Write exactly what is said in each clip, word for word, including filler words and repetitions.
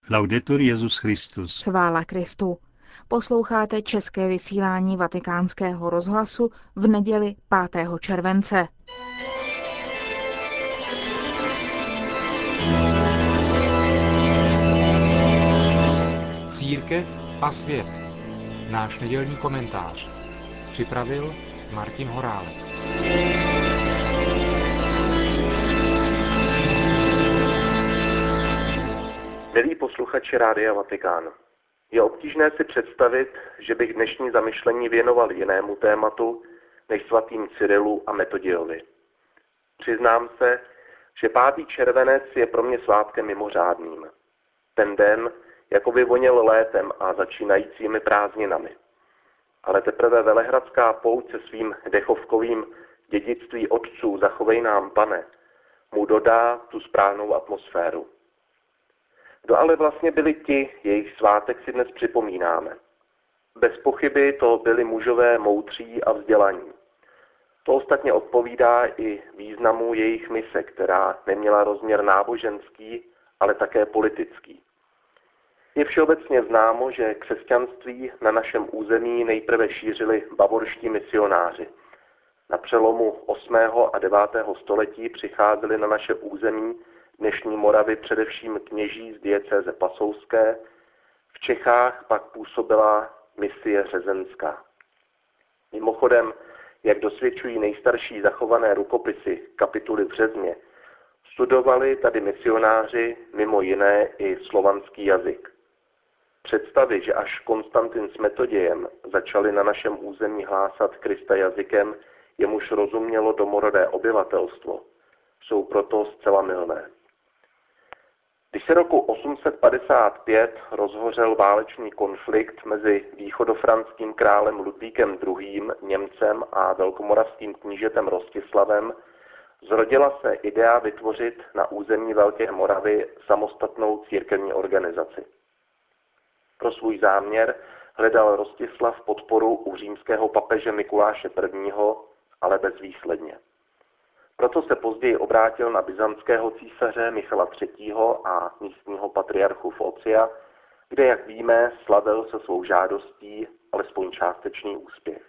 Laudetur Jesus Christus. Chvála Kristu. Posloucháte české vysílání Vatikánského rozhlasu v neděli pátého července. Církev a svět. Náš nedělní komentář. Připravil Martin Horálek. Milí posluchači Rádia Vatikán, je obtížné si představit, že bych dnešní zamyšlení věnoval jinému tématu než svatým Cyrilu a Metodiovi. Přiznám se, že pátý červenec je pro mě svátkem mimořádným. Ten den jako by voněl létem a začínajícími prázdninami. Ale teprve velehradská pouť se svým dechovkovým dědictví otců zachovej nám, Pane, mu dodá tu správnou atmosféru. Kdo ale vlastně byli ti, jejich svátek si dnes připomínáme? Bez pochyby to byli mužové moudří a vzdělaní. To ostatně odpovídá i významu jejich mise, která neměla rozměr náboženský, ale také politický. Je všeobecně známo, že křesťanství na našem území nejprve šířili bavorští misionáři. Na přelomu osmého a devátého století přicházeli na naše území dnešní Moravy především kněží z diecéze pasovské, v Čechách pak působila misie řezenská. Mimochodem, jak dosvědčují nejstarší zachované rukopisy kapituly v Řezně, studovali tady misionáři mimo jiné i slovanský jazyk. Představy, že až Konstantin s Metodějem začali na našem území hlásat Krista jazykem, jemuž rozumělo domorodé obyvatelstvo, jsou proto zcela mylné. Když se roku osm set padesát pět rozhořel válečný konflikt mezi východofranským králem Ludvíkem druhým. Němcem a velkomoravským knížetem Rostislavem, zrodila se idea vytvořit na území Velké Moravy samostatnou církevní organizaci. Pro svůj záměr hledal Rostislav podporu u římského papeže Mikuláše prvního., ale bezvýsledně. Proto se později obrátil na byzantského císaře Michala třetího. a místního patriarchu Focia, kde, jak víme, slavil se svou žádostí alespoň částečný úspěch.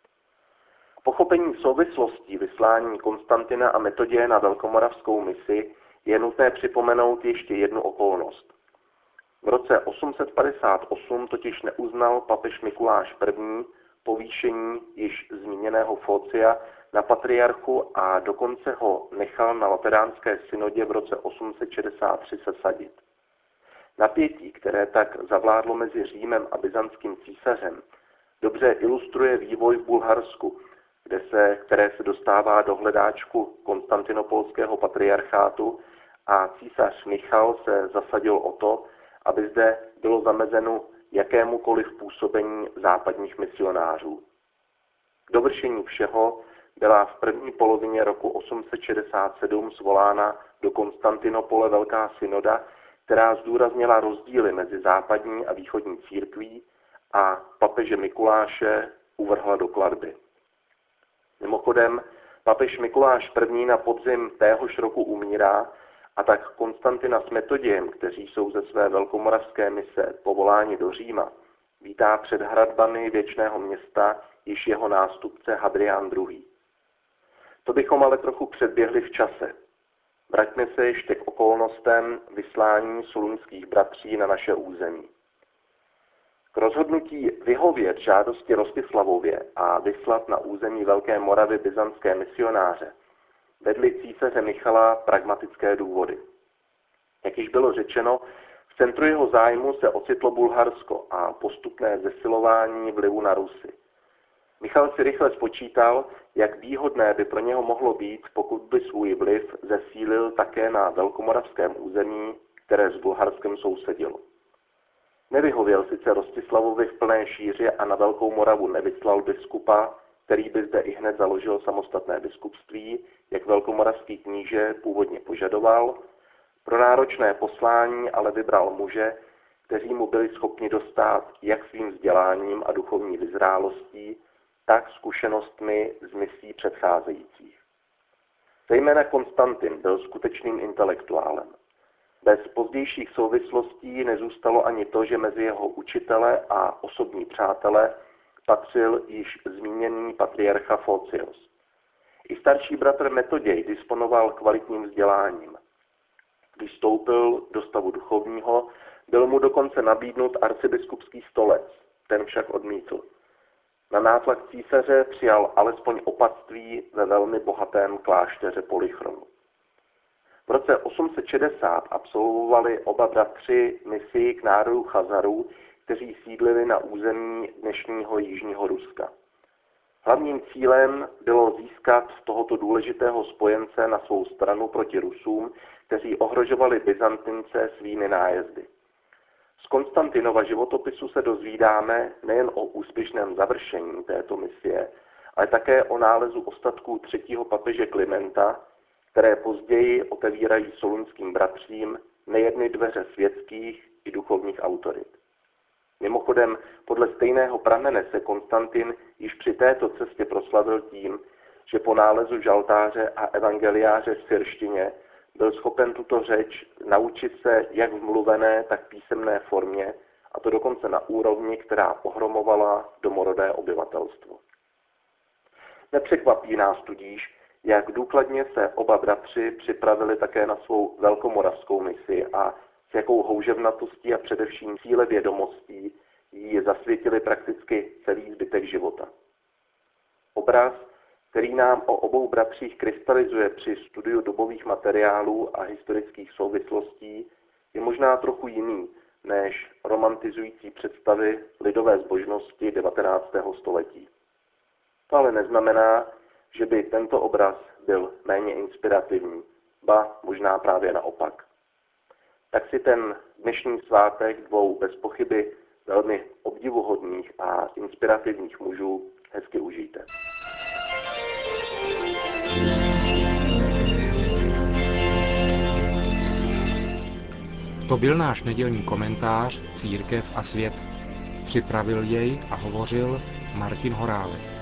K pochopení souvislostí vyslání Konstantina a Metoděje na velkomoravskou misi je nutné připomenout ještě jednu okolnost. V roce osm set padesát osm totiž neuznal papež Mikuláš první. povýšení již zmíněného Focia na patriarchu a dokonce ho nechal na Lateránské synodě v roce osm set šedesát tři sesadit. Napětí, které tak zavládlo mezi Římem a byzantským císařem, dobře ilustruje vývoj v Bulharsku, kde se, které se dostává do hledáčku konstantinopolského patriarchátu a císař Michal se zasadil o to, aby zde bylo zamezeno jakémukoliv působení západních misionářů. K dovršení všeho byla v první polovině roku osm set šedesát sedm svolána do Konstantinopole Velká synoda, která zdůraznila rozdíly mezi západní a východní církví a papeže Mikuláše uvrhla do klatby. Mimochodem, papež Mikuláš první. na podzim téhož roku umírá, a tak Konstantina s Metodějem, kteří jsou ze své velkomoravské mise povoláni do Říma, vítá před hradbami věčného města již jeho nástupce Hadrián druhý. To bychom ale trochu předběhli v čase. Vraťme se ještě k okolnostem vyslání solunských bratří na naše území. K rozhodnutí vyhovět žádosti Rostislavově a vyslat na území Velké Moravy byzantské misionáře vedli císaře Michala pragmatické důvody. Jak již bylo řečeno, v centru jeho zájmu se ocitlo Bulharsko a postupné zesilování vlivu na Rusy. Michal si rychle spočítal, jak výhodné by pro něho mohlo být, pokud by svůj vliv zesílil také na velkomoravském území, které s Bulharskem sousedilo. Nevyhověl sice Rostislavovi v plné šíři a na Velkou Moravu nevyslal biskupa, který by zde i hned založil samostatné biskupství, jak velkomoravský kníže původně požadoval. Pro náročné poslání ale vybral muže, kteří mu byli schopni dostát jak svým vzděláním a duchovní vyzrálostí, tak zkušenostmi z misí předcházejících. Zejména Konstantin byl skutečným intelektuálem. Bez pozdějších souvislostí nezůstalo ani to, že mezi jeho učitele a osobní přátele patřil již zmíněný patriarcha Focios. I starší bratr Metoděj disponoval kvalitním vzděláním. Když vstoupil do stavu duchovního, byl mu dokonce nabídnut arcibiskupský stolec, ten však odmítl. Na nátlak císaře přijal alespoň opatství ve velmi bohatém klášteře Polychronu. V roce osm set šedesát absolvovali oba bratři misii k národu Chazarů, kteří sídlili na území dnešního jižního Ruska. Hlavním cílem bylo získat tohoto důležitého spojence na svou stranu proti Rusům, kteří ohrožovali Byzantince svými nájezdy. Z Konstantinova životopisu se dozvídáme nejen o úspěšném završení této misie, ale také o nálezu ostatků třetího papeže Klimenta, které později otevírají solunským bratřím nejedny dveře světských i duchovních autorit. Mimochodem, podle stejného pramene se Konstantin již při této cestě proslavil tím, že po nálezu žaltáře a evangeliáře v syrštině byl schopen tuto řeč naučit se jak v mluvené, tak písemné formě, a to dokonce na úrovni, která ohromovala domorodé obyvatelstvo. Nepřekvapí nás tudíž, jak důkladně se oba bratři připravili také na svou velkomoravskou misi a s jakou houževnatostí a především síle vědomostí ji zasvětili prakticky celý zbytek života. Obraz, který nám o obou bratřích krystalizuje při studiu dobových materiálů a historických souvislostí, je možná trochu jiný než romantizující představy lidové zbožnosti devatenáctého století. To ale neznamená, že by tento obraz byl méně inspirativní, ba možná právě naopak. Tak si ten dnešní svátek dvou bez pochyby velmi obdivuhodných a inspirativních mužů hezky užijte. To byl náš nedělní komentář Církev a svět. Připravil jej a hovořil Martin Horálek.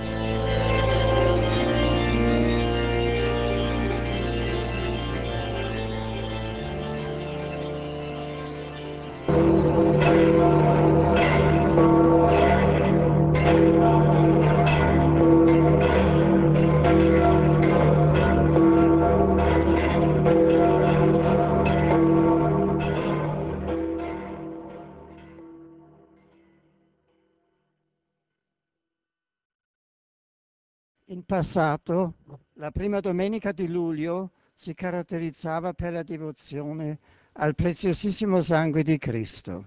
In passato, la prima domenica di luglio si caratterizzava per la devozione al preziosissimo sangue di Cristo.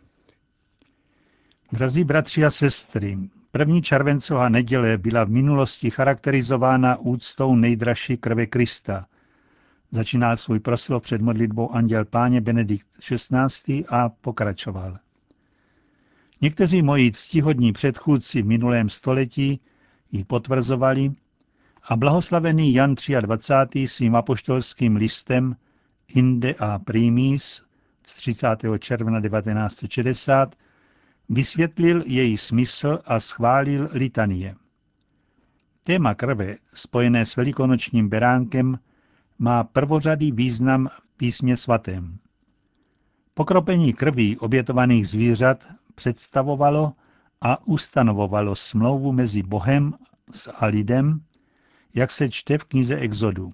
Drazí bratři a sestry, první červencová neděle byla v minulosti charakterizována úctou nejdražší krve Krista. Začínal svůj proslov před modlitbou Anděl Páně Benedikt šestnáctý a pokračoval. Někteří moji ctihodní předchůdci v minulém století ji potvrzovali a blahoslavený Jan dvacátý třetí svým apoštolským listem Inde a Primis z třicátého června devatenáct set šedesát vysvětlil její smysl a schválil litanie. Téma krve, spojené s velikonočním beránkem, má prvořadý význam v písmě svatém. Pokropení krví obětovaných zvířat představovalo a ustanovovalo smlouvu mezi Bohem a lidem, jak se čte v knize Exodu.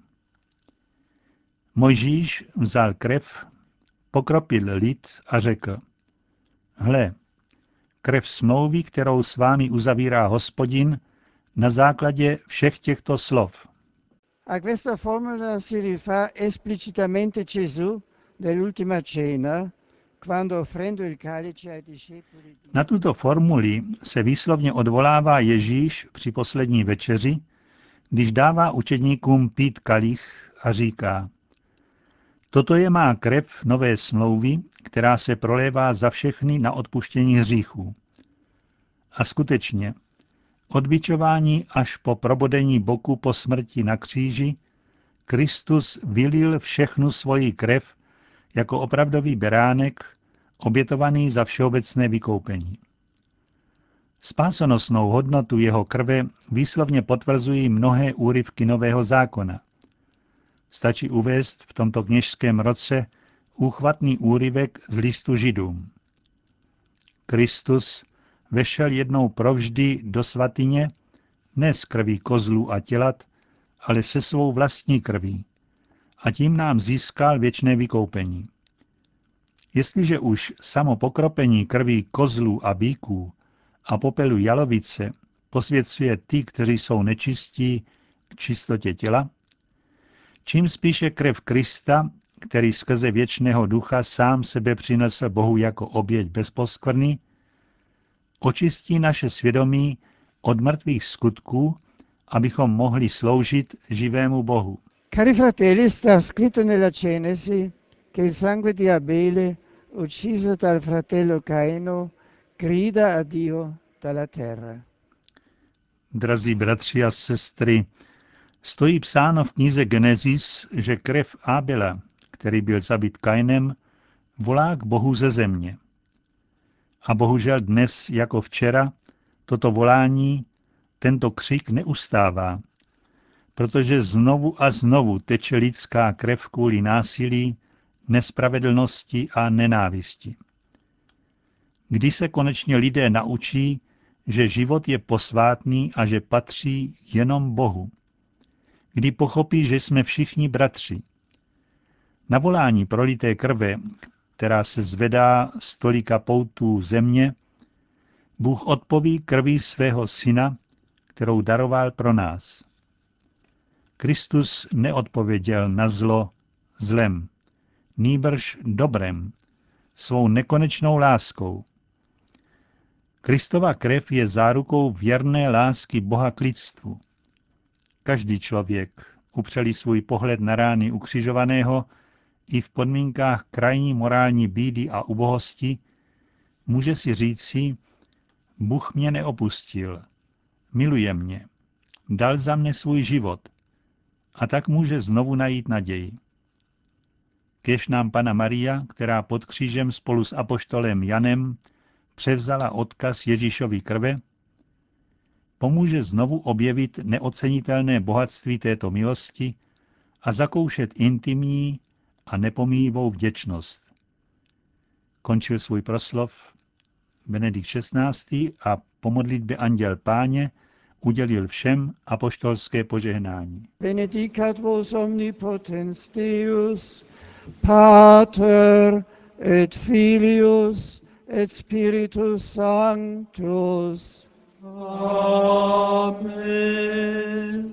Mojžíš vzal krev, pokropil lid a řekl: Hle, krev smlouvy, kterou s vámi uzavírá Hospodin na základě všech těchto slov. A questa formula si rifà esplicitamente Gesù nell'ultima cena, quando offrendo il calice ai discepoli. Na tuto formuli se výslovně odvolává Ježíš při poslední večeři, když dává učedníkům pít kalich a říká: Toto je má krev nové smlouvy, která se prolévá za všechny na odpuštění hříchů. A skutečně, od bičování až po probodení boku po smrti na kříži, Kristus vylil všechnu svoji krev jako opravdový beránek, obětovaný za všeobecné vykoupení. Spásonosnou hodnotu jeho krve výslovně potvrzují mnohé úryvky Nového zákona. Stačí uvést v tomto kněžském roce úchvatný úryvek z listu Židům. Kristus vešel jednou provždy do svatyně, ne z krví kozlů a tělat, ale se svou vlastní krví. A tím nám získal věčné vykoupení. Jestliže už samo pokropení krví kozlů a býků a popelu jalovice posvěcuje ty, kteří jsou nečistí, k čistotě těla, čím spíše krev Krista, který skrze věčného ducha sám sebe přinesl Bohu jako oběť bez poskvrny, očistí naše svědomí od mrtvých skutků, abychom mohli sloužit živému Bohu. Cari fratelli, sta scritto nella Genesi che il sangue di Abele, ucciso dal fratello Caino, grida a Dio dalla terra. Drazí bratři a sestry, stojí psáno v knize Genesis, že krev Abela, který byl zabit Kainem, volá k Bohu ze země. A bohužel dnes, jako včera, toto volání, tento křik neustává, protože znovu a znovu teče lidská krev kvůli násilí, nespravedlnosti a nenávisti. Kdy se konečně lidé naučí, že život je posvátný a že patří jenom Bohu? Kdy pochopí, že jsme všichni bratři? Na volání prolité krve, která se zvedá z tolika poutů země, Bůh odpoví krví svého syna, kterou daroval pro nás. Kristus neodpověděl na zlo zlem, nýbrž dobrem, svou nekonečnou láskou. Kristova krev je zárukou věrné lásky Boha k lidstvu. Každý člověk, upřeli svůj pohled na rány ukřižovaného, i v podmínkách krajní morální bídy a ubohosti, může si říci, Bůh mě neopustil, miluje mě, dal za mne svůj život a tak může znovu najít naději. Kéž nám Panna Maria, která pod křížem spolu s apoštolem Janem převzala odkaz Ježíšovy krve, pomůže znovu objevit neocenitelné bohatství této milosti a zakoušet intimní a nepomíjivou vděčnost. Končil svůj proslov Benedikt šestnáctý. a po modlitbě Anděl Páně udělil všem apoštolské požehnání. Benedicat vos omnipotens Deus, Pater et Filius et Spiritus Sanctus. Amen.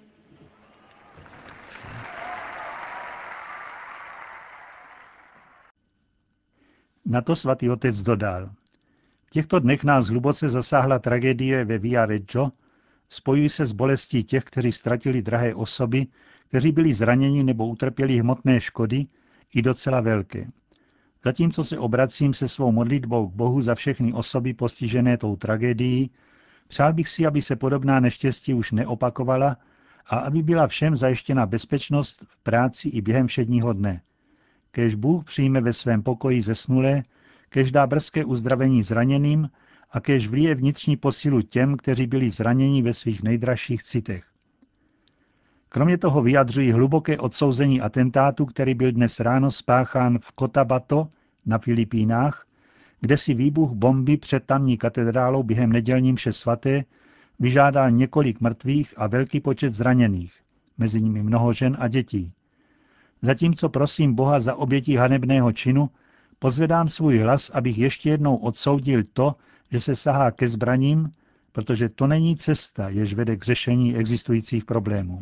Na to svatý otec dodal. V těchto dnech nás hluboce zasáhla tragédie ve Viareggio, spojují se s bolestí těch, kteří ztratili drahé osoby, kteří byli zraněni nebo utrpěli hmotné škody, i docela velké. Zatímco se obracím se svou modlitbou k Bohu za všechny osoby postižené tou tragédií, přál bych si, aby se podobná neštěstí už neopakovala a aby byla všem zajištěna bezpečnost v práci i během všedního dne. Kéž Bůh přijme ve svém pokoji zesnulé, kéž dá brzké uzdravení zraněným a kéž vlije vnitřní posilu těm, kteří byli zraněni ve svých nejdražších citech. Kromě toho vyjadřují hluboké odsouzení atentátu, který byl dnes ráno spáchán v Cotabato na Filipínách, kde si výbuch bomby před tamní katedrálou během nedělní mše svaté vyžádal několik mrtvých a velký počet zraněných, mezi nimi mnoho žen a dětí. Zatímco prosím Boha za obětí hanebného činu, pozvedám svůj hlas, abych ještě jednou odsoudil to, že se sahá ke zbraním, protože to není cesta, jež vede k řešení existujících problémů.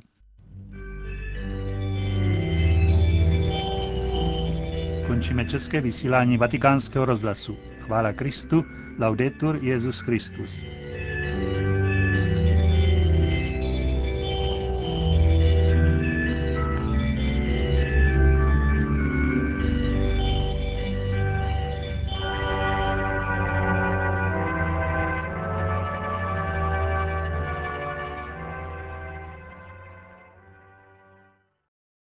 Končíme české vysílání Vatikánského rozhlasu. Chvála Kristu, laudetur Jesus Christus.